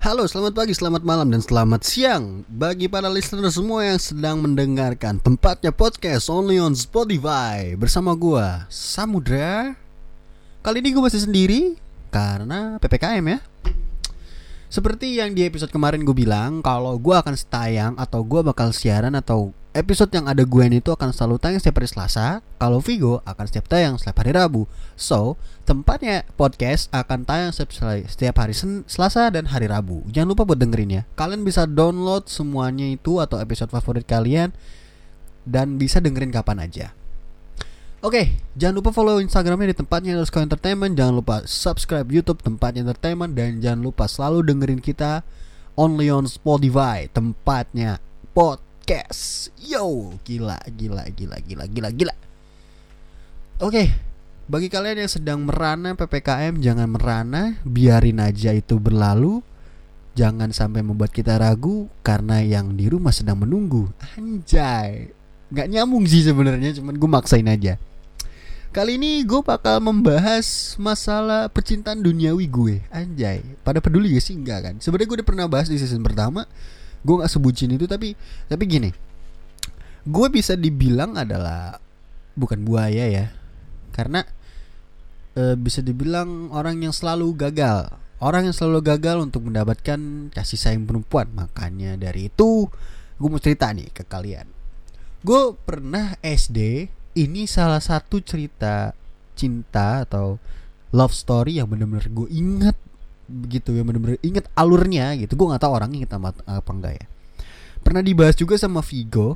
Halo, selamat pagi, selamat malam, dan selamat siang bagi para listener semua yang sedang mendengarkan tempatnya podcast only on Spotify bersama gua Samudra. Kali ini gue masih sendiri karena PPKM ya. Seperti yang di episode kemarin gue bilang, kalau gue akan tayang atau gue bakal siaran atau episode yang ada gue itu akan selalu tayang setiap hari Selasa. Kalau Vigo akan setiap tayang setiap hari Rabu. So, tempatnya podcast akan tayang setiap hari Selasa dan hari Rabu. Jangan lupa buat dengerin ya. Kalian bisa download semuanya itu atau episode favorit kalian dan bisa dengerin kapan aja. Oke, jangan lupa follow Instagramnya di tempatnya _entertainment. Jangan lupa subscribe YouTube tempatnya entertainment. Dan jangan lupa selalu dengerin kita only on Spotify tempatnya podcast. Yo, gila. Oke, bagi kalian yang sedang merana PPKM, jangan merana, biarin aja itu berlalu. Jangan sampai membuat kita ragu karena yang di rumah sedang menunggu. Anjay, gak nyambung sih sebenarnya, cuman gue maksain aja. Kali ini gue bakal membahas masalah percintaan duniawi gue. Anjay, pada peduli gak sih? Enggak kan? Sebenarnya gue udah pernah bahas di season pertama. Gue gak sebutin itu, tapi gini, gue bisa dibilang adalah bukan buaya ya, karena bisa dibilang orang yang selalu gagal. Orang yang selalu gagal untuk mendapatkan kasih sayang perempuan. Makanya dari itu gue mau cerita nih ke kalian. Gue pernah SD. Ini salah satu cerita cinta atau love story yang benar-benar gue ingat begitu ya, benar-benar ingat alurnya gitu. Gue nggak tahu orang ingat apa enggak ya. Pernah dibahas juga sama Vigo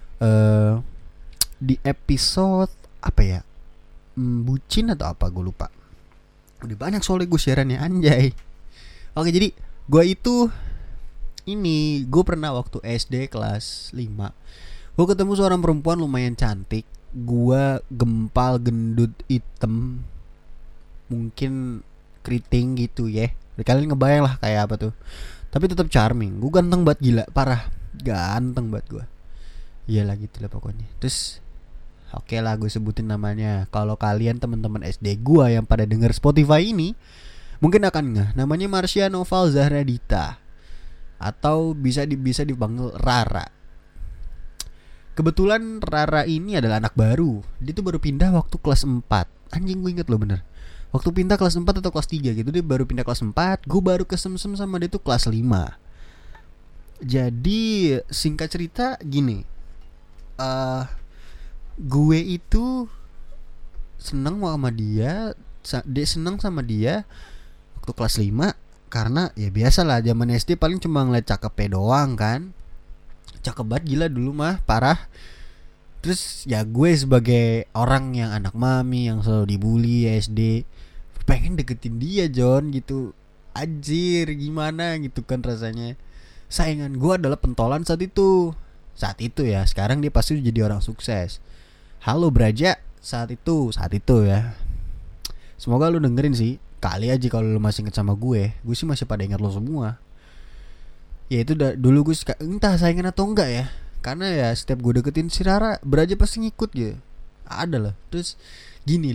di episode apa ya, bucin atau apa gue lupa. Udah banyak soalnya gue siarannya, anjay. Oke, jadi gue itu gue pernah waktu SD kelas 5, gue ketemu seorang perempuan lumayan cantik. Gue gempal, gendut, hitam, mungkin keriting gitu ya. Kalian ngebayang lah kayak apa tuh. Tapi tetap charming. Gue ganteng banget, gila, parah. Ganteng banget gue. Iyalah gitu lah pokoknya. Terus oke lah gue sebutin namanya. Kalau kalian teman-teman SD gue yang pada denger Spotify ini mungkin akan ngeh. Namanya Marsha Noval Zahradita, atau bisa dipanggil Rara. Kebetulan Rara ini adalah anak baru. Dia tuh baru pindah waktu kelas 4. Anjing, gue inget loh bener. Waktu pindah kelas 4 atau kelas 3 gitu. Dia baru pindah kelas 4. Gue baru kesemsem sama dia tuh kelas 5. Jadi singkat cerita gini, gue itu seneng sama dia. Dia seneng sama dia waktu kelas 5. Karena ya biasalah, zaman SD paling cuma ngeliat cakepnya doang kan. Cakep banget, gila dulu mah, parah. Terus ya gue sebagai orang yang anak mami yang selalu dibully SD, pengen deketin dia John gitu. Anjir, gimana gitu kan rasanya. Saingan gue adalah pentolan saat itu ya. Sekarang dia pasti jadi orang sukses. Halo Braja, saat itu ya. Semoga lu dengerin sih. Kali aja kalau lu masih inget sama gue sih masih pada ingat lo semua. Ya itu dulu gue entah saingan atau enggak ya, karena ya setiap gue deketin si Rara, Braja pasti ngikut ya. Ada lah. Terus gini.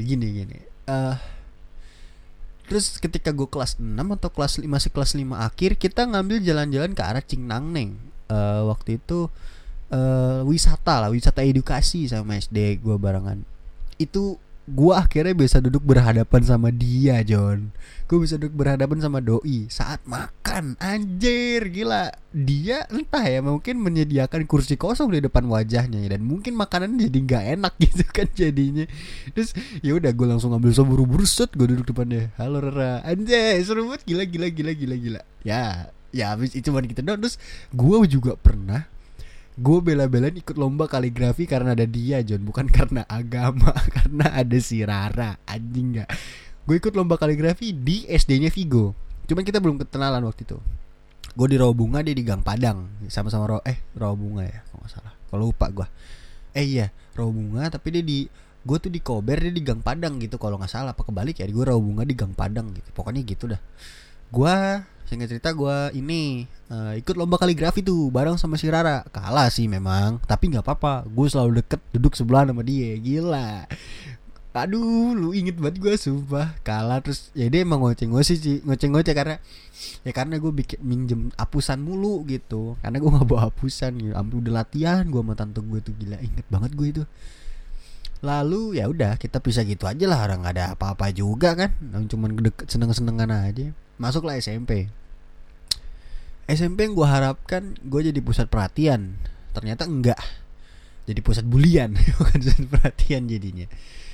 Terus ketika gue kelas 6 atau masih kelas 5 akhir, kita ngambil jalan-jalan ke arah Cingnangneng. Waktu itu wisata edukasi sama SD gue barengan. Itu gue akhirnya bisa duduk berhadapan sama dia, John. Gue bisa duduk berhadapan sama doi saat makan. Anjir, gila. Dia entah ya, mungkin menyediakan kursi kosong di depan wajahnya ya, dan mungkin makanan jadi nggak enak gitu kan jadinya. Terus ya udah, gue langsung ngambil buru-buru set, gue duduk depan dia. Halo Rara. Anjir, seru banget, gila. Ya habis itu cuma gitu doang. Terus gue juga pernah, gue bela-belain ikut lomba kaligrafi karena ada dia, John. Bukan karena agama, karena ada si Rara. Anjing gak. Gue ikut lomba kaligrafi di SD-nya Vigo. Cuman kita belum kenalan waktu itu. Gue di Rawa Bunga, dia di Gang Padang. Sama-sama Rawa Bunga ya, kalau gak salah. Kalau lupa gue. Iya, Rawa Bunga, tapi gue tuh di Kober, dia di Gang Padang gitu kalau gak salah. Apa kebalik ya, gue Rawa Bunga di Gang Padang gitu. Pokoknya gitu dah. Gue singkat cerita, gue ikut lomba kaligrafi tuh bareng sama si Rara. Kalah sih memang, tapi nggak apa-apa. Gue selalu deket, duduk sebelah sama dia. Gila. Aduh, lu inget banget gue sumpah kalah. Terus ya dia emang ngoceh-ngoceh sih, ngoceh-ngoceh karena gue bikin minjem hapusan mulu gitu. Karena gue nggak bawa hapusan gitu. Ambil udah latihan gue sama tante gue tuh, gila inget banget gue itu. Lalu ya udah kita pisah gitu aja lah, orang nggak ada apa-apa juga kan, cuman deket seneng-senengan aja. Masuklah SMP. SMP yang gue harapkan gue jadi pusat perhatian, ternyata enggak, jadi pusat bulian. Bukan pusat perhatian jadinya.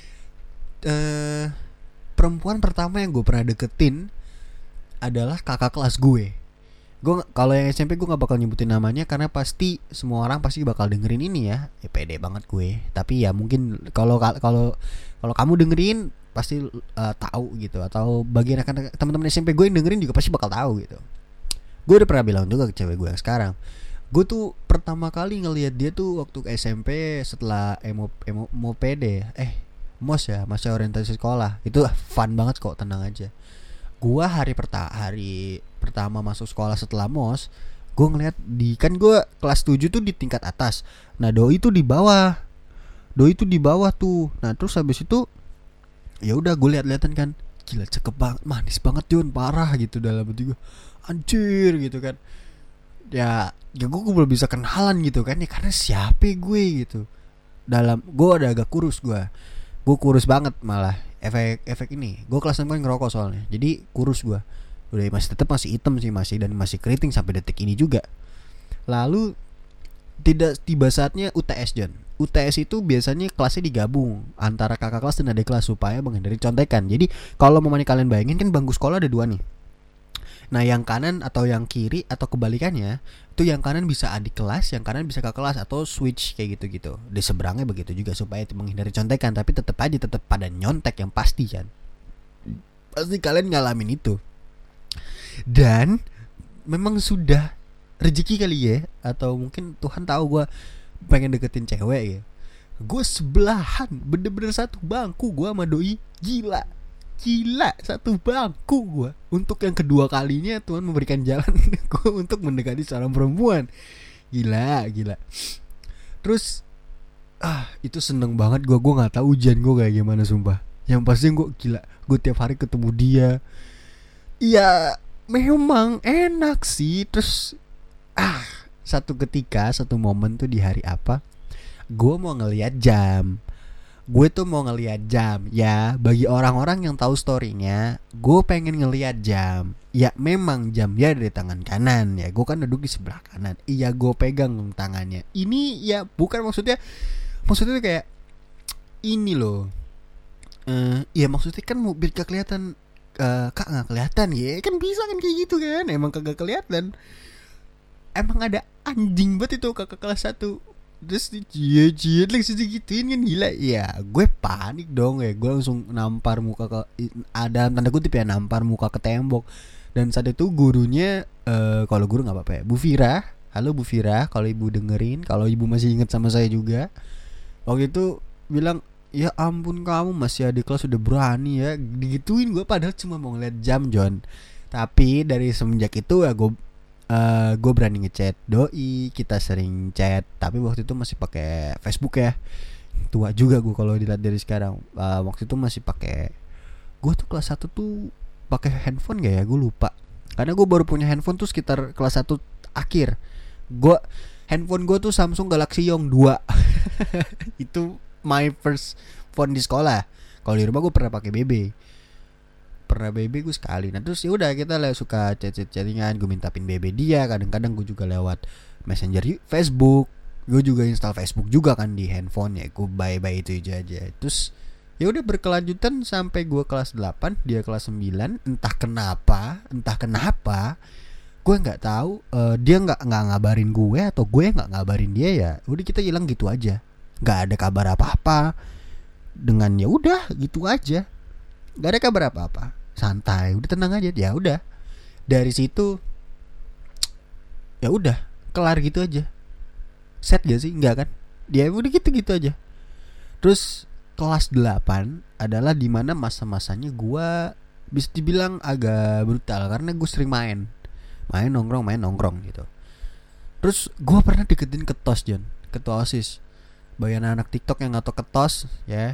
Perempuan pertama yang gue pernah deketin adalah kakak kelas gue. Kalau yang SMP gue nggak bakal nyebutin namanya karena pasti semua orang pasti bakal dengerin ini ya. Pede banget gue. Tapi ya mungkin kalau kamu dengerin pasti tahu gitu, atau bagian akan teman-teman SMP gue yang dengerin juga pasti bakal tahu gitu. Gue udah pernah bilang juga ke cewek gue yang sekarang. Gue tuh pertama kali ngelihat dia tuh waktu SMP setelah emo pede. MOS ya, masa orientasi sekolah. Itu fun banget kok, tenang aja. Gua hari pertama masuk sekolah setelah MOS, gue ngeliat kan gue kelas 7 tuh di tingkat atas. Nah, doi tuh di bawah. Doi tuh di bawah tuh. Nah, terus habis itu ya udah gue lihat-lihatan kan. Gila cakep banget, manis banget Jon, parah gitu dalam hati gue. Anjir gitu kan. Ya gue belum bisa kenalan gitu kan ya, karena siapa gue gitu. Gue ada agak kurus gue kurus banget malah. Efek ini gue kelas 6 kan ngerokok soalnya, jadi kurus gue. Udah masih hitam sih, masih keriting sampai detik ini juga. Lalu tiba saatnya UTS John. UTS itu biasanya kelasnya digabung antara kakak kelas dan adik kelas supaya menghindari contekan. Jadi kalau kalian bayangin kan bangku sekolah ada 2 nih. Nah yang kanan atau yang kiri atau kebalikannya, itu yang kanan bisa adik kelas, yang kanan bisa kakak kelas, atau switch kayak gitu-gitu. Di seberangnya begitu juga supaya itu menghindari contekan. Tapi tetap pada nyontek yang pasti kan. Pasti kalian ngalamin itu. Dan memang sudah rezeki kali ya, atau mungkin Tuhan tahu gue pengen deketin cewek ya. Gue sebelahan, bener-bener satu bangku gue sama doi. Gila, satu bangku gue. Untuk yang kedua kalinya Tuhan memberikan jalan gue untuk mendekati seorang perempuan. Gila. Terus itu seneng banget gue gak tahu ujian gue kayak gimana sumpah. Yang pasti gue gila, gue tiap hari ketemu dia. Iya memang enak sih. Terus satu momen tuh di hari apa, gue mau ngeliat jam. Ya, bagi orang-orang yang tahu storynya, gue pengen ngeliat jam. Ya memang jam dia ada di tangan kanan ya, gue kan duduk di sebelah kanan. Iya, gue pegang tangannya. Ini ya bukan maksudnya kayak ini loh. Ya maksudnya kan mau biar gak kelihatan, kak nggak kelihatan ya, kan bisa kan kayak gitu kan. Emang kagak kelihatan. Emang ada anjing banget itu kakak kelas 1. Terus cie langsung digituin kan, gila. Ya gue panik dong ya, gue langsung nampar muka ada tanda kutip ya, nampar muka ke tembok. Dan saat itu gurunya kalau guru nggak apa-apa ya, Bu Fira. Halo Bu Fira, kalau ibu dengerin, kalau ibu masih inget sama saya juga, waktu itu bilang, ya ampun kamu masih adik kelas udah berani ya digituin. Gue padahal cuma mau ngeliat jam John. Tapi dari semenjak itu ya gue berani ngechat doi, kita sering chat. Tapi waktu itu masih pakai Facebook ya. Tua juga gue kalau dilihat dari sekarang. Waktu itu masih pakai. Gue tuh kelas 1 tuh pakai handphone gak ya, gue lupa. Karena gue baru punya handphone tuh sekitar kelas 1 akhir. Handphone gue tuh Samsung Galaxy Young 2. Itu my first phone di sekolah. Kalau di rumah gue pernah pakai BB gue sekali. Nah terus ya udah kita suka chattingan. Gue minta pin BB dia. Kadang-kadang gue juga lewat Messenger Facebook. Gue juga install Facebook juga kan di handphone ya. Gue bye itu aja. Terus ya udah berkelanjutan sampai gue kelas 8, dia kelas 9. Entah kenapa gue nggak tahu, dia nggak ngabarin gue atau gue nggak ngabarin dia ya. Udah kita hilang gitu aja. Nggak ada kabar apa-apa. Dengan ya udah gitu aja. Nggak ada kabar apa-apa. Santai, udah tenang aja. Ya udah. Dari situ ya udah kelar gitu aja. Set gak sih? Enggak kan? Dia udah gitu aja. Terus kelas 8 adalah dimana masa-masanya gue bisa dibilang agak brutal. Karena gue sering main nongkrong gitu. Terus gue pernah deketin ketos John, ketua OSIS. Bayan anak TikTok yang ngatok ketos ya.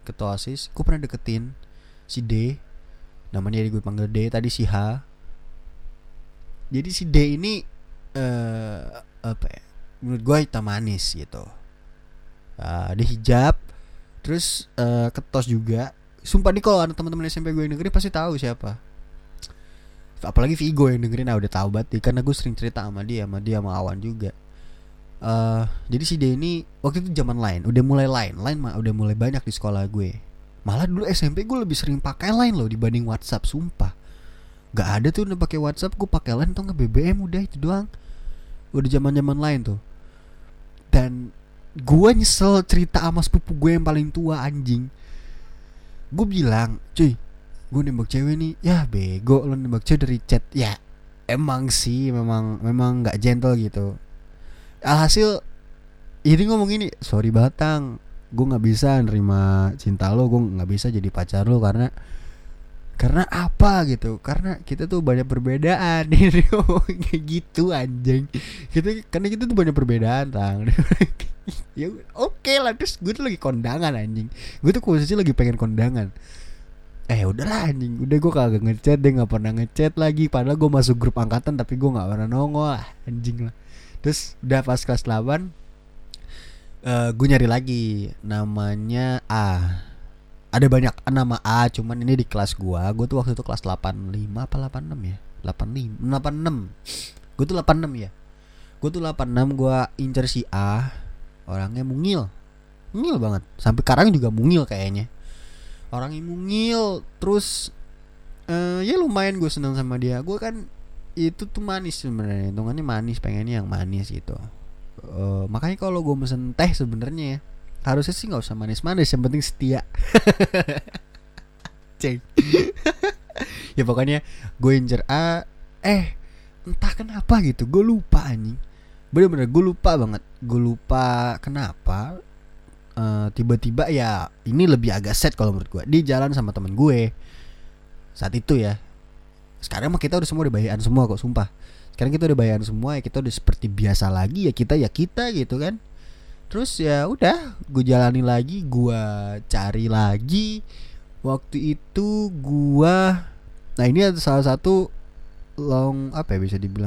ketua OSIS, gue pernah deketin si D, namanya gue panggil D, tadi si H. Jadi si D ini apa ya, menurut gue hitam manis gitu. Dia hijab, terus ketos juga. Sumpah nih kalau ada teman-teman SMP gue yang dengerin pasti tahu siapa. Apalagi Vigo yang dengerin, udah tahu banget karena gue sering cerita sama dia sama Awan juga. Jadi si D ini waktu itu zaman Line, udah mulai Line mah udah mulai banyak di sekolah gue. Malah dulu SMP gue lebih sering pakai Line loh dibanding WhatsApp, sumpah. Gak ada tuh udah pakai WhatsApp, gue pakai Line atau nggak BBM, udah itu doang. Udah zaman Line tuh. Dan gue nyesel cerita sama sepupu gue yang paling tua, anjing. Gue bilang, cuy, gue nembak cewek nih. Ya bego, lo nembak cewek dari chat. Ya emang sih, memang nggak gentle gitu. Alhasil ini ngomong ini, sorry Batang, gue nggak bisa nerima cinta lo, gue nggak bisa jadi pacar lo karena apa gitu, karena kita tuh banyak perbedaan. Ini ngomong kayak gitu anjing, karena kita tuh banyak perbedaan, Tang. Ya oke lah, terus gue tuh lagi kondangan anjing, gue tuh posisi lagi pengen kondangan. Udahlah anjing, udah gue kagak ngechat, dia nggak pernah ngechat lagi, padahal gue masuk grup angkatan tapi gue nggak pernah nongol, anjing lah. Terus udah pas kelas 8 gue nyari lagi namanya A. Ada banyak nama A, cuman ini di kelas gue tuh waktu itu kelas 85 apa 86 ya? 86. Gue tuh 86 ya. Gue tuh 86, gue incer si A. Orangnya mungil banget. Sampai sekarang juga mungil kayaknya. Orangnya mungil, terus ya lumayan gue seneng sama dia. Gue kan itu tuh manis sebenarnya, hitungannya manis, pengennya yang manis gitu. Makanya kalau gue mesen teh sebenarnya harusnya sih nggak usah manis-manis, yang penting setia. Ceng. Ya pokoknya gue incer A. Entah kenapa gitu, gue lupa anjing. Bener-bener gue lupa banget. Gue lupa kenapa. Tiba-tiba ya ini lebih agak set kalau menurut gue. Dia jalan sama temen gue saat itu ya. Sekarang mah kita udah semua udah bayan semua kok, sumpah. Sekarang kita udah bayan semua ya, kita udah seperti biasa lagi ya, kita gitu kan. Terus ya udah, gue jalani lagi, gue cari lagi. Waktu itu gue, nah ini ada salah satu long apa ya bisa dibilang,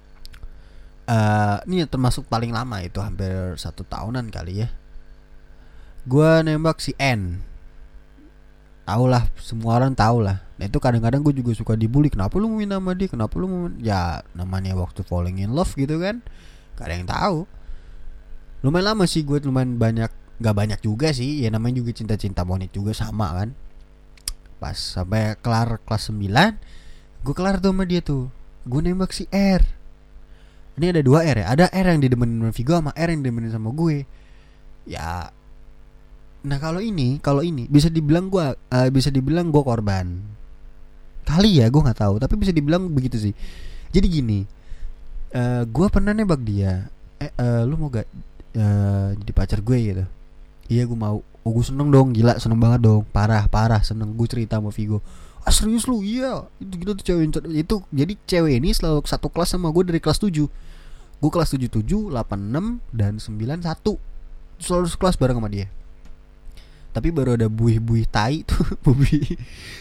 ini termasuk paling lama, itu hampir 1 tahunan kali ya. Gue nembak si N. Tahu lah, semua orang tahu lah. Nah itu kadang-kadang gue juga suka dibully. Kenapa lu mau nama dia? Kenapa lu mau? Ya namanya waktu falling in love gitu kan. Gak ada yang tahu. Lumayan lama sih gue, lumayan banyak. Gak banyak juga sih. Ya namanya juga cinta-cinta monyet juga sama kan. Pas sampai kelar kelas 9, gue kelar tuh sama dia tuh. Gue nembak si R. Ini ada 2 R ya. Ada R yang didemenin sama Vigo, sama R yang didemenin sama gue. Ya. Nah kalau ini bisa dibilang gue korban. Kali ya, gue nggak tahu, tapi bisa dibilang begitu sih. Jadi gini, gue pernah nembak dia. Lu mau gak jadi pacar gue gitu? Iya gue mau. Oh gue seneng dong, gila seneng banget dong, parah seneng. Gue cerita sama Vigo. Serius lu? Iya. Itu gitu tuh cewek itu. Jadi cewek ini selalu satu kelas sama gue dari kelas 7. Gue kelas 77, 86 dan 91. Selalu sekelas bareng sama dia. Tapi baru ada buih-buih tai tuh, buih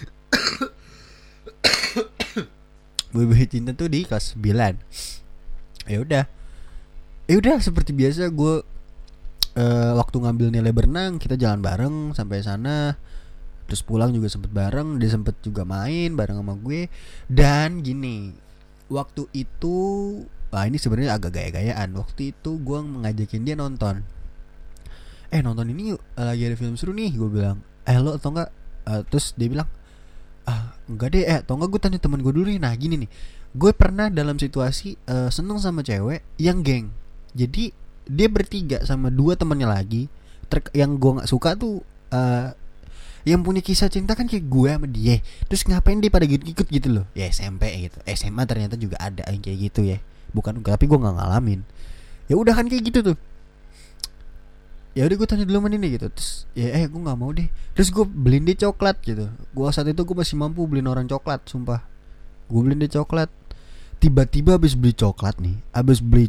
cinta tuh di kelas 9. Ya udah seperti biasa gue waktu ngambil nilai berenang kita jalan bareng sampai sana. Terus pulang juga sempet bareng, dia sempet juga main bareng sama gue. Dan gini, waktu itu ini sebenarnya agak gaya-gayaan. Waktu itu gue ngajakin dia nonton. Nonton ini yuk, lagi ada film seru nih, gue bilang. Lo atau enggak? Terus dia bilang, enggak deh, atau enggak gue tanya teman gue dulu nih. Nah gini nih, gue pernah dalam situasi seneng sama cewek yang geng. Jadi dia bertiga sama 2 temannya lagi. Yang gue nggak suka tuh yang punya kisah cinta kan kayak gue sama dia. Terus ngapain dia pada ikut gitu loh? Ya SMP gitu, SMA ternyata juga ada yang kayak gitu ya. Bukan, tapi gue nggak ngalamin. Ya udah kan kayak gitu tuh. Ya udah gue tanya dulu sama ini gitu. Terus ya gue nggak mau deh. Terus gue beliin dia coklat gitu. Gue saat itu gue masih mampu beliin orang coklat, sumpah. Gue beliin dia coklat. Tiba-tiba abis beli coklat,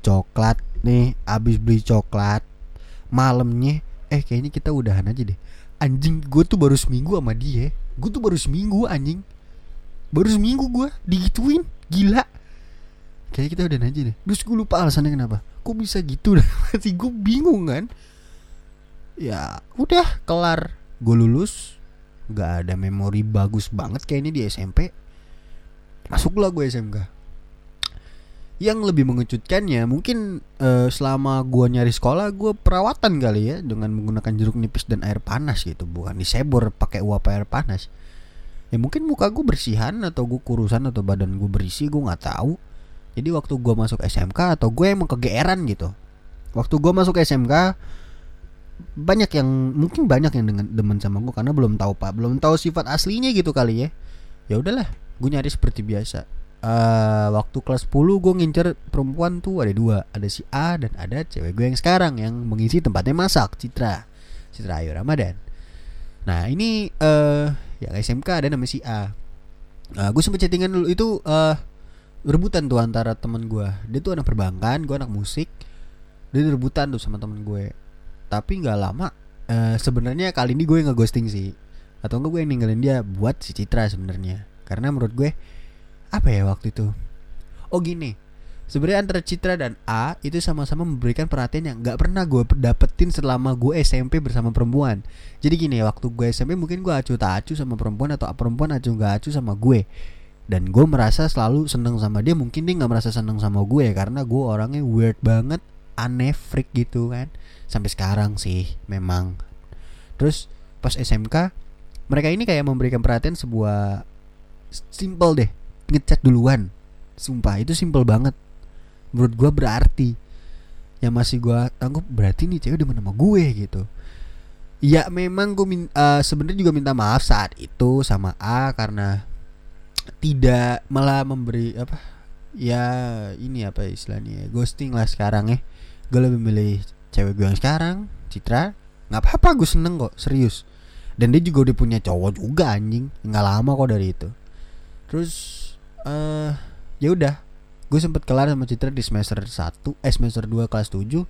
malamnya kayaknya kita udahan aja deh. Anjing, gue tuh baru seminggu sama dia. Gue tuh baru seminggu anjing. Baru seminggu gue digituin. Gila. Kayaknya kita udah aja deh. Terus gue lupa alasannya kenapa. Kok bisa gitu dah. Masih gue bingung kan. Ya udah kelar. Gue lulus. Gak ada memori bagus banget kayaknya di SMP. Masuklah gue SMK. Yang lebih mengejutkannya mungkin selama gue nyari sekolah, gue perawatan kali ya, dengan menggunakan jeruk nipis dan air panas gitu. Bukan disebor pakai uap air panas. Ya mungkin muka gue bersihan, atau gue kurusan, atau badan gue berisi, gue gak tahu. Jadi waktu gue masuk SMK, atau gue emang kegeeran gitu. Waktu gue masuk SMK, banyak yang demen sama gue karena belum tahu sifat aslinya gitu kali ya. Ya udahlah, gue nyari seperti biasa. Waktu kelas 10 gue ngincer perempuan tuh ada dua, ada si A dan ada cewek gue yang sekarang yang mengisi tempatnya masak, Citra Ayu Ramadan. Nah ini yang SMK ada namanya si A. Gue sempet chattingan dulu itu, rebutan tuh antara teman gue. Dia tuh anak perbankan, gue anak musik. Dia rebutan tuh sama teman gue. Tapi nggak lama, sebenarnya kali ini gue yang ngeghosting sih, atau enggak gue yang ninggalin dia buat si Citra sebenarnya. Karena menurut gue apa ya waktu itu, oh gini, sebenarnya antara Citra dan A itu sama-sama memberikan perhatian yang nggak pernah gue dapetin selama gue SMP bersama perempuan. Jadi gini, waktu gue SMP mungkin gue acuh tak acuh sama perempuan, atau perempuan acuh nggak acuh sama gue, dan gue merasa selalu seneng sama dia. Mungkin dia nggak merasa seneng sama gue karena gue orangnya weird banget, aneh, freak gitu kan. Sampai sekarang sih memang. Terus pas SMK, mereka ini kayak memberikan perhatian sebuah simple deh, ngechat duluan. Sumpah itu simple banget. Menurut gue berarti. Yang masih gue tanggup, berarti nih cewek demen sama gue gitu. Ya memang gue sebenarnya juga minta maaf saat itu sama A karena tidak malah memberi apa ya, ini apa istilahnya, ghosting lah sekarang ya. Gue lebih milih cewek gue yang sekarang, Citra. Nggak apa-apa, gue seneng kok, serius. Dan dia juga udah punya cowok juga anjing, nggak lama kok dari itu. Terus ya udah, gue sempet kelar sama Citra di semester 2 kelas 7.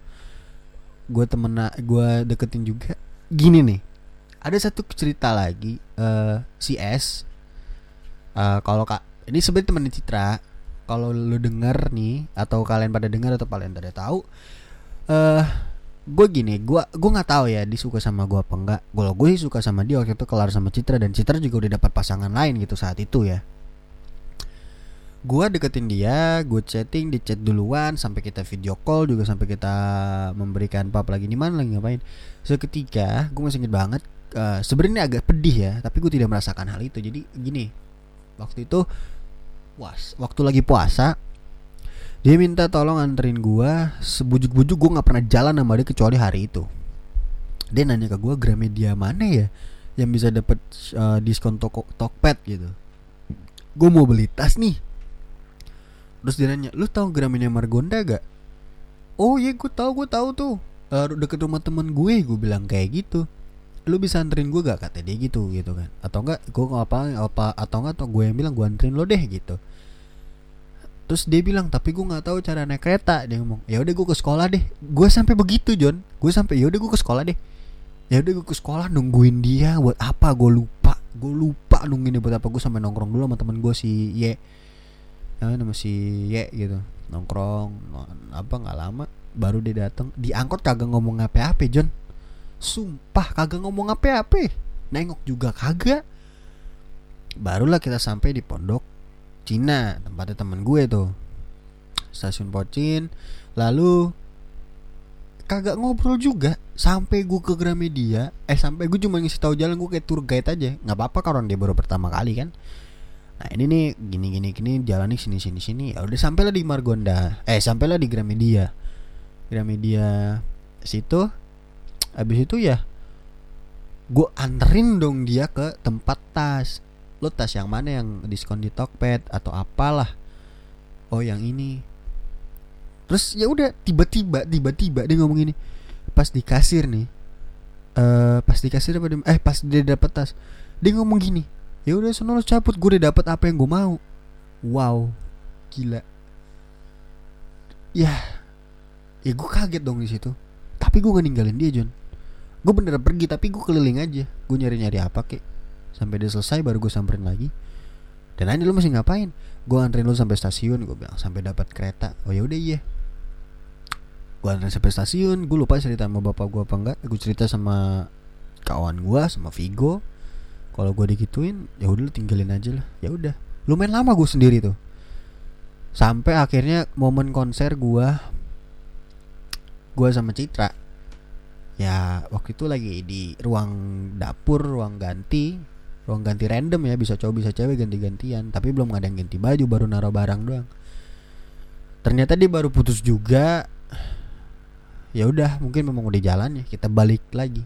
Gue deketin juga. Gini nih, ada satu cerita lagi, si S. Kalau kak, ini sebenarnya temennya Citra. Kalau lu denger nih, atau kalian pada dengar, atau kalian pada tahu, gue gini, gue nggak tahu ya dia suka sama gue apa enggak. Kalau gue sih suka sama dia waktu itu kelar sama Citra, dan Citra juga udah dapat pasangan lain gitu saat itu ya. Gue deketin dia, gue chatting, di chat duluan, sampai kita video call juga, sampai kita memberikan pap lagi di mana, lagi ngapain. Seketika gue masih inget banget, sebenarnya agak pedih ya, tapi gue tidak merasakan hal itu. Jadi gini, waktu itu waktu lagi puasa, dia minta tolong anterin gue. Sebujuk-bujuk gue gak pernah jalan sama dia kecuali hari itu. Dia nanya ke gue, Gramedia mana ya yang bisa dapet diskon Tokped gitu. Gue mau beli tas nih. Terus dia nanya, lu tahu Gramedia Margonda gak? Oh iya gue tahu tuh, deket rumah temen gue bilang kayak gitu. Lu bisa anterin gue gak, kata dia gitu kan. Atau enggak gue apa atau enggak, atau gue yang bilang gue anterin lo deh gitu. Terus dia bilang, tapi gue nggak tahu cara naik kereta. Dia ngomong, ya udah gue ke sekolah deh. Gue sampai begitu John, gue sampai ya udah gue ke sekolah deh. Ya udah gue ke sekolah nungguin dia buat apa, gue lupa nungguin dia buat apa. Gue sampai nongkrong dulu sama temen gue si Ye, nama si Ye gitu, nongkrong apa nggak lama baru dia datang. Di angkot kagak ngomong apa-apa John, sumpah kagak ngomong apa-apa, nengok juga kagak. Barulah kita sampai di Pondok Cina, tempatnya teman gue tuh, stasiun Pocin. Lalu kagak ngobrol juga sampai gue ke Gramedia. Sampai gue cuma ngisi tahu jalan, gue kayak tour guide aja. Nggak apa-apa karena dia baru pertama kali kan. Nah ini nih gini jalan nih sini. Ya udah sampailah di Margonda. Sampailah di Gramedia situ. Habis itu ya gue anterin dong dia ke tempat tas. Lo tas yang mana yang diskon di Tokped atau apalah. Oh yang ini. Terus ya udah tiba-tiba dia ngomong gini. Pas di kasir nih. Pas dia dapet tas, dia ngomong gini, ya udah sono lo cabut, gue udah dapet apa yang gue mau. Wow, gila. Ya gue kaget dong di situ. Tapi gue gak ninggalin dia John. Gue beneran pergi tapi gue keliling aja. Gue nyari-nyari apa kek. Sampai dia selesai baru gue samperin lagi. Dan nanya, lu masih ngapain? Gue anterin lu sampai stasiun, gue bilang, sampai dapat kereta. Oh ya udah iya. Gue anterin sampai stasiun. Gue lupa cerita sama bapak gue apa enggak. Gue cerita sama kawan gue, sama Vigo. Kalau gue digituin, ya udah lu tinggalin aja lah. Ya udah. Lumayan lama gue sendiri tuh. Sampai akhirnya momen konser gue sama Citra. Ya waktu itu lagi di ruang dapur, ruang ganti random ya, bisa cowok bisa cewek ganti-gantian, tapi belum ada yang ganti baju, baru naruh barang doang. Ternyata dia baru putus juga. Ya udah, mungkin memang udah jalan ya. Kita balik lagi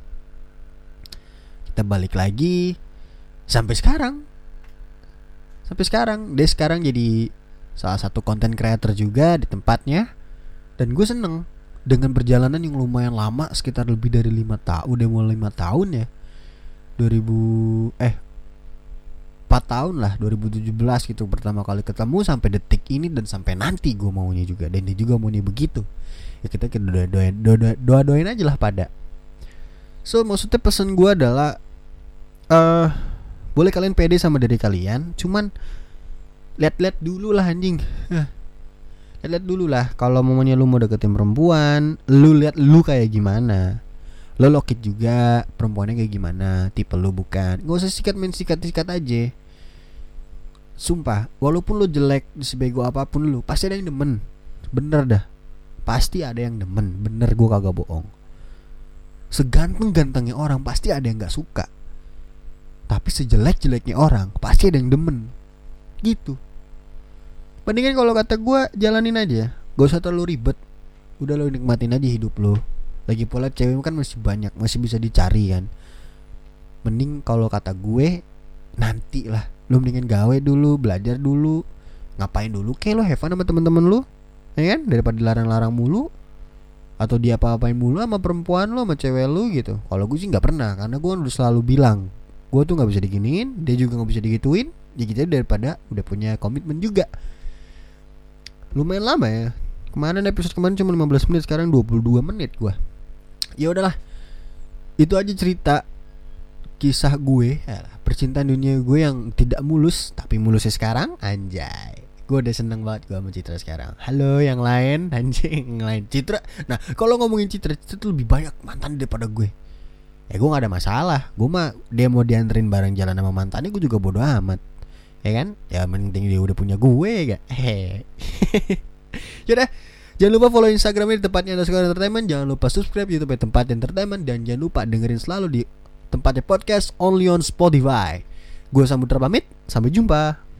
sampai sekarang. Dia sekarang jadi salah satu content creator juga di tempatnya. Dan gue seneng dengan perjalanan yang lumayan lama, sekitar lebih dari 5 tahun. Udah mau 5 tahun ya. 4 tahun lah, 2017 gitu pertama kali ketemu, sampai detik ini dan sampai nanti gue maunya juga, dan dia juga maunya begitu. Ya kita doain aja lah pada. So maksudnya pesan gue adalah boleh kalian pede sama diri kalian, cuman lihat dulu lah anjing. Lihat dulu lah, kalau momennya lu mau deketin perempuan, lu lihat lu kayak gimana. Lo lokit juga perempuannya kayak gimana, tipe lu bukan. Gak usah sikat aja. Sumpah, walaupun lu jelek, sebego apapun lu, pasti ada yang demen. Bener dah, pasti ada yang demen. Bener, gue kagak bohong. Seganteng-gantengnya orang pasti ada yang gak suka. Tapi sejelek-jeleknya orang pasti ada yang demen. Gitu. Mendingan kalau kata gue, jalanin aja, gak usah terlalu ribet. Udah lo nikmatin aja hidup lo. Lagi pula cewek kan masih banyak, masih bisa dicari kan. Mending kalau kata gue, nanti lah. Lu mendingan gawe dulu, belajar dulu, ngapain dulu, kayak lo have fun sama temen-temen lu, ya kan, daripada dilarang-larang mulu atau dia apa-apain mulu sama perempuan lu, sama cewek lu gitu. Kalau gue sih nggak pernah, karena gue udah selalu bilang, gue tuh nggak bisa diginiin, dia juga nggak bisa digituin. Ya gitu, daripada udah punya komitmen juga. Lumayan lama ya. Episode kemarin cuma 15 menit, sekarang 22 menit gue. Ya udahlah, itu aja cerita kisah gue, percintaan dunia gue yang tidak mulus, tapi mulusnya sekarang, anjay. Gue udah seneng banget gue sama Citra sekarang. Halo yang lain, anjing, yang lain Citra. Nah kalau ngomongin Citra tuh lebih banyak mantan daripada gue. Ya gue gak ada masalah. Gue mah, dia mau dianterin bareng jalan sama mantannya, gue juga bodo amat. Ya kan, ya mending dia udah punya gue ya. Yaudah, jangan lupa follow Instagramnya di tempatnya _entertainment. Jangan lupa subscribe YouTube tempat entertainment. Dan jangan lupa dengerin selalu di tempatnya podcast only on Spotify. Gue Samudra pamit, sampai jumpa.